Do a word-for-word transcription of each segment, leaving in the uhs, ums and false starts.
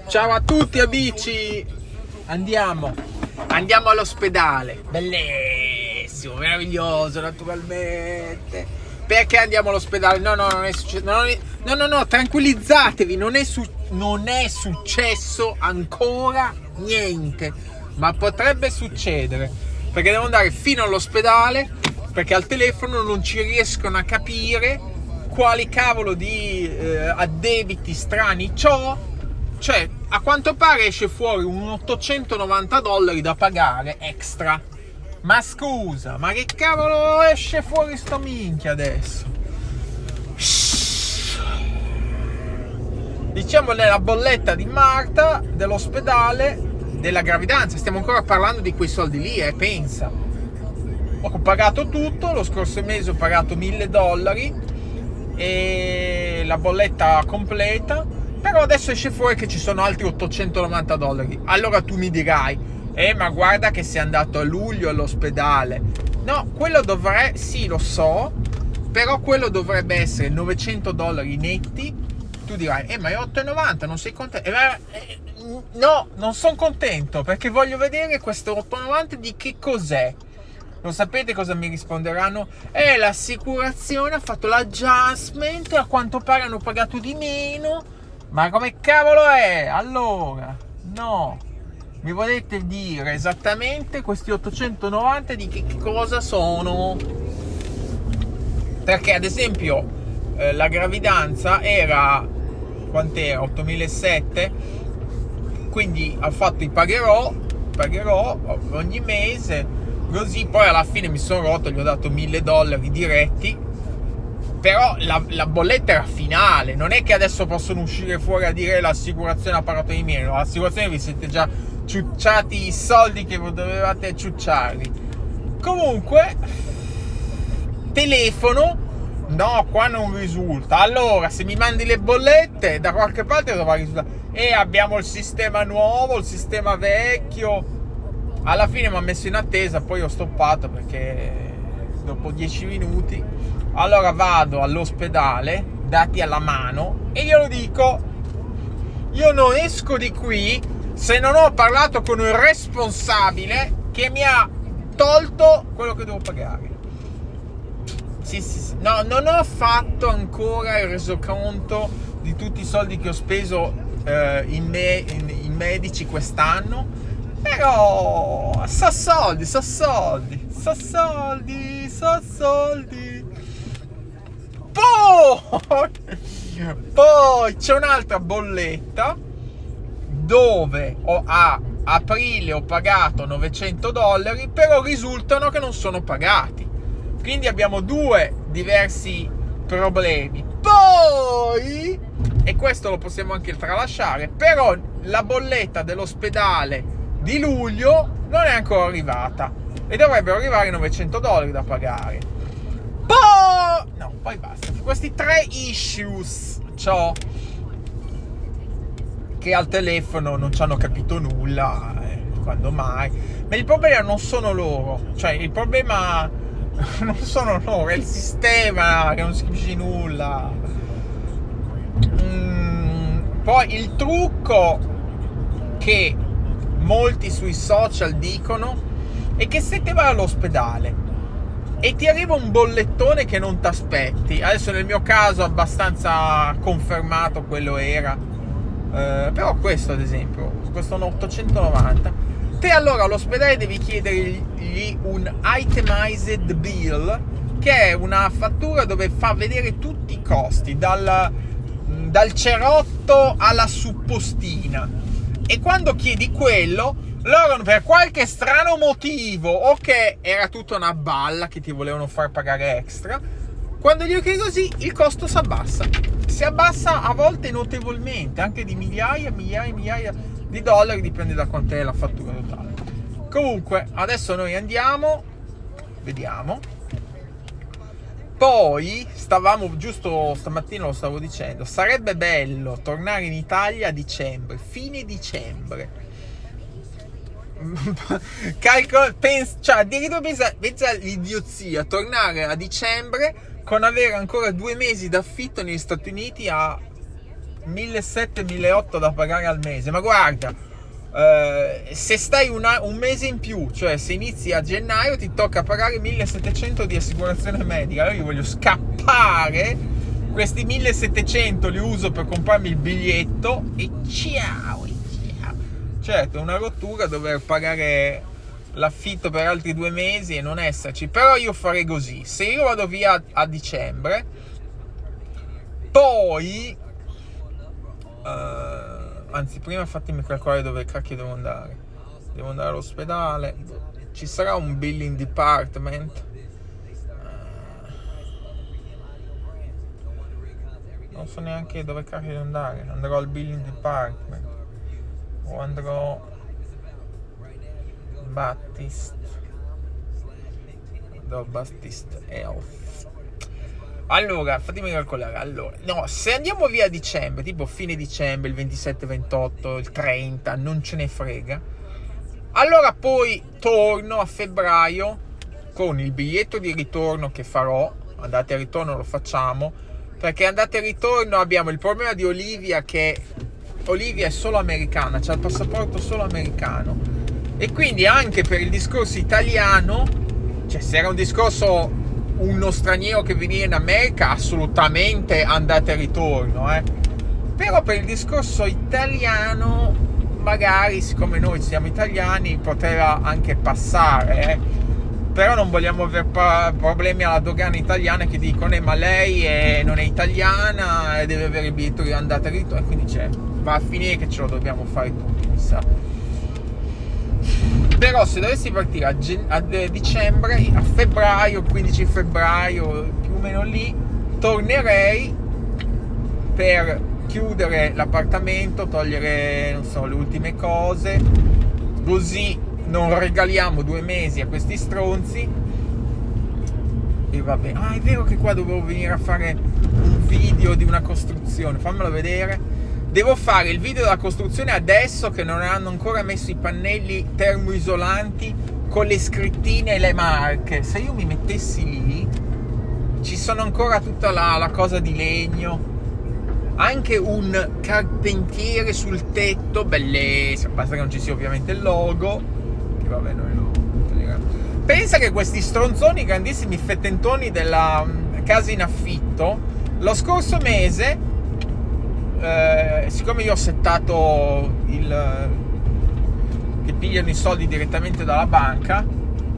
Ciao a tutti amici, andiamo, andiamo all'ospedale, bellissimo, meraviglioso naturalmente. Perché andiamo all'ospedale? No, no, non è successo, non è, no, no, no, tranquillizzatevi, non è, su, non è successo ancora niente, ma potrebbe succedere, perché devo andare fino all'ospedale, perché al telefono non ci riescono a capire quali cavolo di eh, addebiti strani c'ho. Cioè, a quanto pare esce fuori un ottocentonovanta dollari da pagare extra. Ma scusa, ma che cavolo esce fuori sto minchia adesso? Diciamo nella bolletta di Marta dell'ospedale della gravidanza. Stiamo ancora parlando di quei soldi lì, eh, pensa. Ho pagato tutto, lo scorso mese ho pagato mille dollari e la bolletta completa. Però adesso esce fuori che ci sono altri ottocentonovanta dollari. Allora tu mi dirai, eh ma guarda che sei andato a luglio all'ospedale. No, quello dovrebbe, sì lo so, però quello dovrebbe essere novecento dollari netti. Tu dirai, eh ma è otto e novanta, non sei contento? Eh, ma, eh, no, non sono contento, perché voglio vedere questo otto e novanta di che cos'è. Lo sapete cosa mi risponderanno? Eh, l'assicurazione ha fatto l'adjustment, a quanto pare hanno pagato di meno. Ma come cavolo è? Allora, no, mi volete dire esattamente questi ottocentonovanta di che cosa sono? Perché ad esempio eh, la gravidanza era, quant'era? ottomilasettecento, quindi ha fatto i pagherò, pagherò ogni mese, così poi alla fine mi sono rotto, gli ho dato mille dollari diretti. Però la, la bolletta era finale, non è che adesso possono uscire fuori a dire l'assicurazione ha pagato di meno. L'assicurazione vi siete già ciucciati i soldi che dovevate ciucciarli. Comunque, telefono, no, qua non risulta. Allora, se mi mandi le bollette, da qualche parte dovrà risultare. E abbiamo il sistema nuovo, il sistema vecchio. Alla fine mi ha messo in attesa, poi ho stoppato perché dopo dieci minuti. Allora vado all'ospedale, dati alla mano, e glielo dico, io non esco di qui se non ho parlato con il responsabile che mi ha tolto quello che devo pagare. Sì, sì, sì. No, non ho fatto ancora il resoconto di tutti i soldi che ho speso eh, in, me, in, in medici quest'anno, però so soldi, so soldi, so soldi, so soldi. Poi, poi c'è un'altra bolletta dove ho, a aprile ho pagato novecento dollari, però risultano che non sono pagati. Quindi abbiamo due diversi problemi. Poi, e questo lo possiamo anche tralasciare, però la bolletta dell'ospedale di luglio non è ancora arrivata e dovrebbero arrivare novecento dollari da pagare. Poi, no, poi basta. Questi tre issues c'ho, che al telefono non ci hanno capito nulla, eh, quando mai. Ma il problema non sono loro, cioè il problema non sono loro, è il sistema che non si capisce nulla. Mm, poi il trucco che molti sui social dicono è che se te vai all'ospedale e ti arriva un bollettone che non ti aspetti, adesso nel mio caso abbastanza confermato quello era, eh, però questo ad esempio, questo è un ottocentonovanta, te allora all'ospedale devi chiedergli un itemized bill, che è una fattura dove fa vedere tutti i costi, dal, dal cerotto alla suppostina, e quando chiedi quello, loro per qualche strano motivo, o che era tutta una balla che ti volevano far pagare extra, quando gli chiedi così il costo si abbassa, si abbassa a volte notevolmente, anche di migliaia, migliaia, migliaia di dollari, dipende da quant'è la fattura totale. Comunque adesso noi andiamo, vediamo. Poi stavamo, giusto stamattina lo stavo dicendo, sarebbe bello tornare in Italia a dicembre, fine dicembre. Calcolo, pensa, cioè addirittura pensa, pensa all'idiozia, tornare a dicembre con avere ancora due mesi d'affitto negli Stati Uniti a millesettecento milleottocento da pagare al mese. Ma guarda, eh, se stai una, un mese in più, cioè se inizi a gennaio, ti tocca pagare millesettecento di assicurazione medica. Allora io voglio scappare. Questi millesettecento li uso per comprarmi il biglietto e ciao, e ciao. Certo, è una rottura dover pagare l'affitto per altri due mesi e non esserci. Però io farei così: se io vado via a dicembre, poi uh, anzi prima fatemi calcolare dove cacchio devo andare. Devo andare all'ospedale, ci sarà un billing department. Non so neanche dove cacchio devo andare. Andrò al billing department o andrò Baptist, andrò Baptist Health. Allora fatemi calcolare. Allora no, se andiamo via a dicembre, tipo fine dicembre, il ventisette ventotto, il trenta, non ce ne frega, allora poi torno a febbraio con il biglietto di ritorno che farò. Andate e ritorno lo facciamo, perché andate e ritorno abbiamo il problema di Olivia, che Olivia è solo americana, c'ha il passaporto solo americano, e quindi anche per il discorso italiano, cioè se era un discorso uno straniero che veniva in America, assolutamente andate e ritorno, eh. Però per il discorso italiano, magari siccome noi siamo italiani, poteva anche passare, eh. Però non vogliamo avere problemi alla dogana italiana che dicono eh, ma lei è, non è italiana e deve avere il biglietto di andata e ritorno, e quindi c'è, va a finire che ce lo dobbiamo fare tutti, mi sa. Però se dovessi partire a, gen- a dicembre, a febbraio, quindici febbraio, più o meno lì, tornerei per chiudere l'appartamento, togliere, non so, le ultime cose, così non regaliamo due mesi a questi stronzi. E vabbè, ah è vero che qua dovevo venire a fare un video di una costruzione, fammelo vedere. Devo fare il video della costruzione adesso che non hanno ancora messo i pannelli termoisolanti con le scrittine e le marche. Se io mi mettessi lì, ci sono ancora tutta la, la cosa di legno, anche un carpentiere sul tetto, bellissimo, basta che non ci sia ovviamente il logo. Vabbè, noi lo togliamo. Pensa che questi stronzoni, grandissimi fettentoni della um, casa in affitto, lo scorso mese, eh, siccome io ho settato il che pigliano i soldi direttamente dalla banca,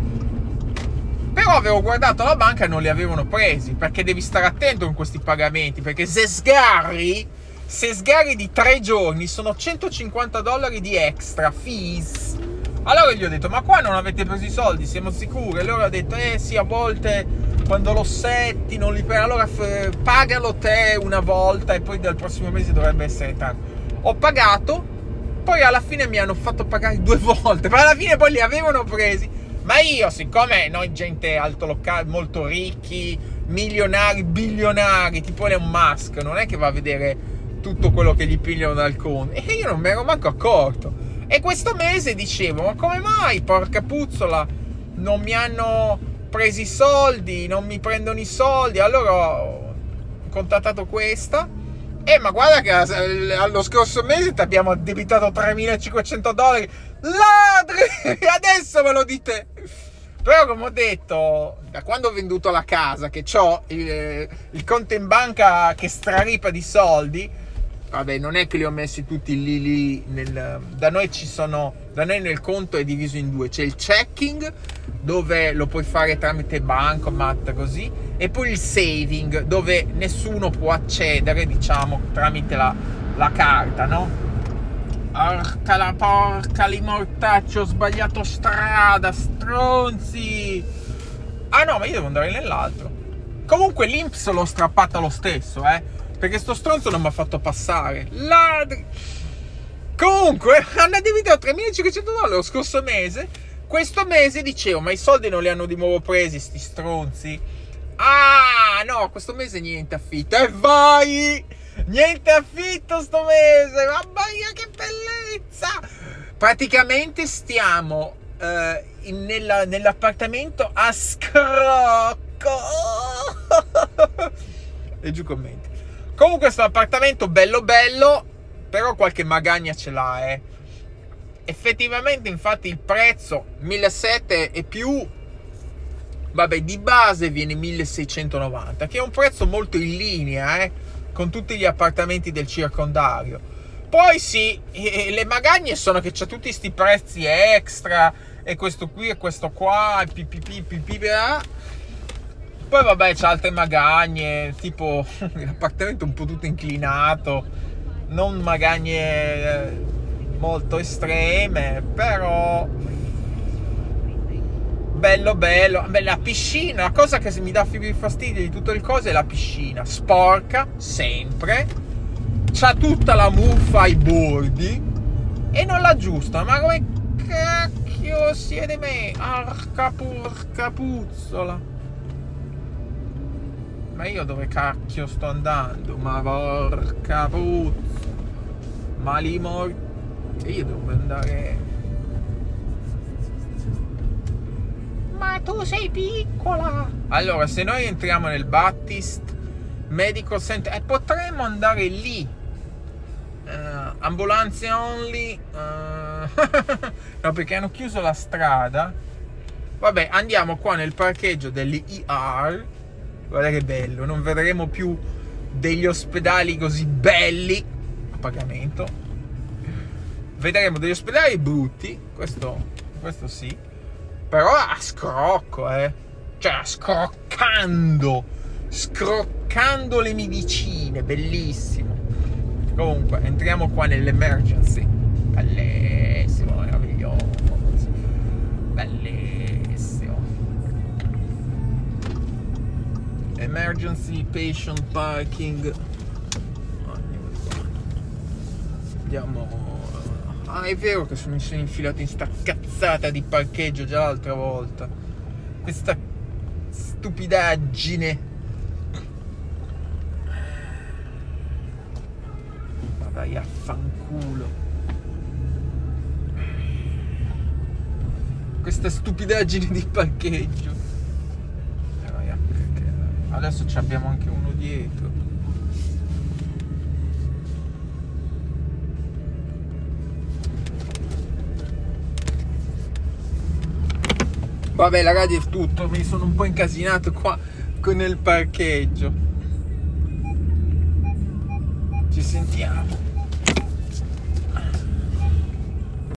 però avevo guardato la banca e non li avevano presi, perché devi stare attento con questi pagamenti, perché se sgarri se sgarri di tre giorni sono centocinquanta dollari di extra fees. Allora gli ho detto, ma qua non avete preso i soldi, siamo sicuri? E loro hanno detto, eh sì, a volte quando lo setti non li prendi, allora f- pagalo te una volta e poi dal prossimo mese dovrebbe essere tanto. Ho pagato, poi alla fine mi hanno fatto pagare due volte, ma alla fine poi li avevano presi. Ma io, siccome noi gente alto locale, molto ricchi, milionari, bilionari, tipo Elon Musk, non è che va a vedere tutto quello che gli pigliano dal conto, e io non mi ero manco accorto. E questo mese dicevo, ma come mai, porca puzzola, non mi hanno preso i soldi, non mi prendono i soldi? Allora ho contattato questa, e eh, ma guarda che allo scorso mese ti abbiamo addebitato tremilacinquecento dollari, ladri, e adesso ve lo dite. Però come ho detto, da quando ho venduto la casa, che ho il, il conto in banca che straripa di soldi, vabbè, non è che li ho messi tutti lì lì nel, da noi ci sono, da noi nel conto è diviso in due, c'è il checking dove lo puoi fare tramite bancomat così, e poi il saving dove nessuno può accedere, diciamo, tramite la, la carta, no? Porca la porca li mortacci, ho sbagliato strada, stronzi. Ah no, ma io devo andare nell'altro. Comunque l'I N P S l'ho strappata lo stesso, eh, perché sto stronzo non mi ha fatto passare. Ladri. Comunque hanno addebitato tremilacinquecento dollari lo scorso mese. Questo mese dicevo, ma i soldi non li hanno di nuovo presi sti stronzi? Ah no, questo mese niente affitto. E vai, niente affitto sto mese. Mamma mia che bellezza. Praticamente stiamo eh, in, nella, nell'appartamento a scrocco. E giù commenti. Comunque questo appartamento bello bello, però qualche magagna ce l'ha, eh. Effettivamente, infatti, il prezzo millesettecento e più, vabbè, di base viene milleseicentonovanta, che è un prezzo molto in linea, eh, con tutti gli appartamenti del circondario. Poi sì, le magagne sono che c'è tutti sti prezzi extra, e questo qui e questo qua, e pipipi, pipipi, poi vabbè c'è altre magagne, tipo l'appartamento un po' tutto inclinato, non magagne molto estreme, però bello bello. Beh, la piscina, la cosa che mi dà più fastidio di tutto il coso è la piscina, sporca sempre, c'ha tutta la muffa ai bordi e non la aggiusta. Ma come cacchio siete me? Arca porca puzzola. Ma io dove cacchio sto andando? Ma porca puzzola. Ma li mor... io devo andare... Ma tu sei piccola. Allora, se noi entriamo nel Baptist Medical Center, e potremmo andare lì, uh, ambulanze only, uh... no, perché hanno chiuso la strada. Vabbè, andiamo qua nel parcheggio dell'E R. Guarda che bello, non vedremo più degli ospedali così belli a pagamento, vedremo degli ospedali brutti, questo, questo sì, però a scrocco, eh, cioè scroccando, scroccando le medicine, bellissimo. Comunque, entriamo qua nell'emergency, bellissimo, meraviglioso, bellissimo. Emergency patient parking. Andiamo. Ah, è vero che sono infilato in sta cazzata di parcheggio già l'altra volta. Questa stupidaggine. Ma vai a fanculo. Questa stupidaggine di parcheggio. Adesso ci abbiamo anche uno dietro. Vabbè ragazzi, è tutto. Mi sono un po' incasinato qua con il parcheggio. Ci sentiamo.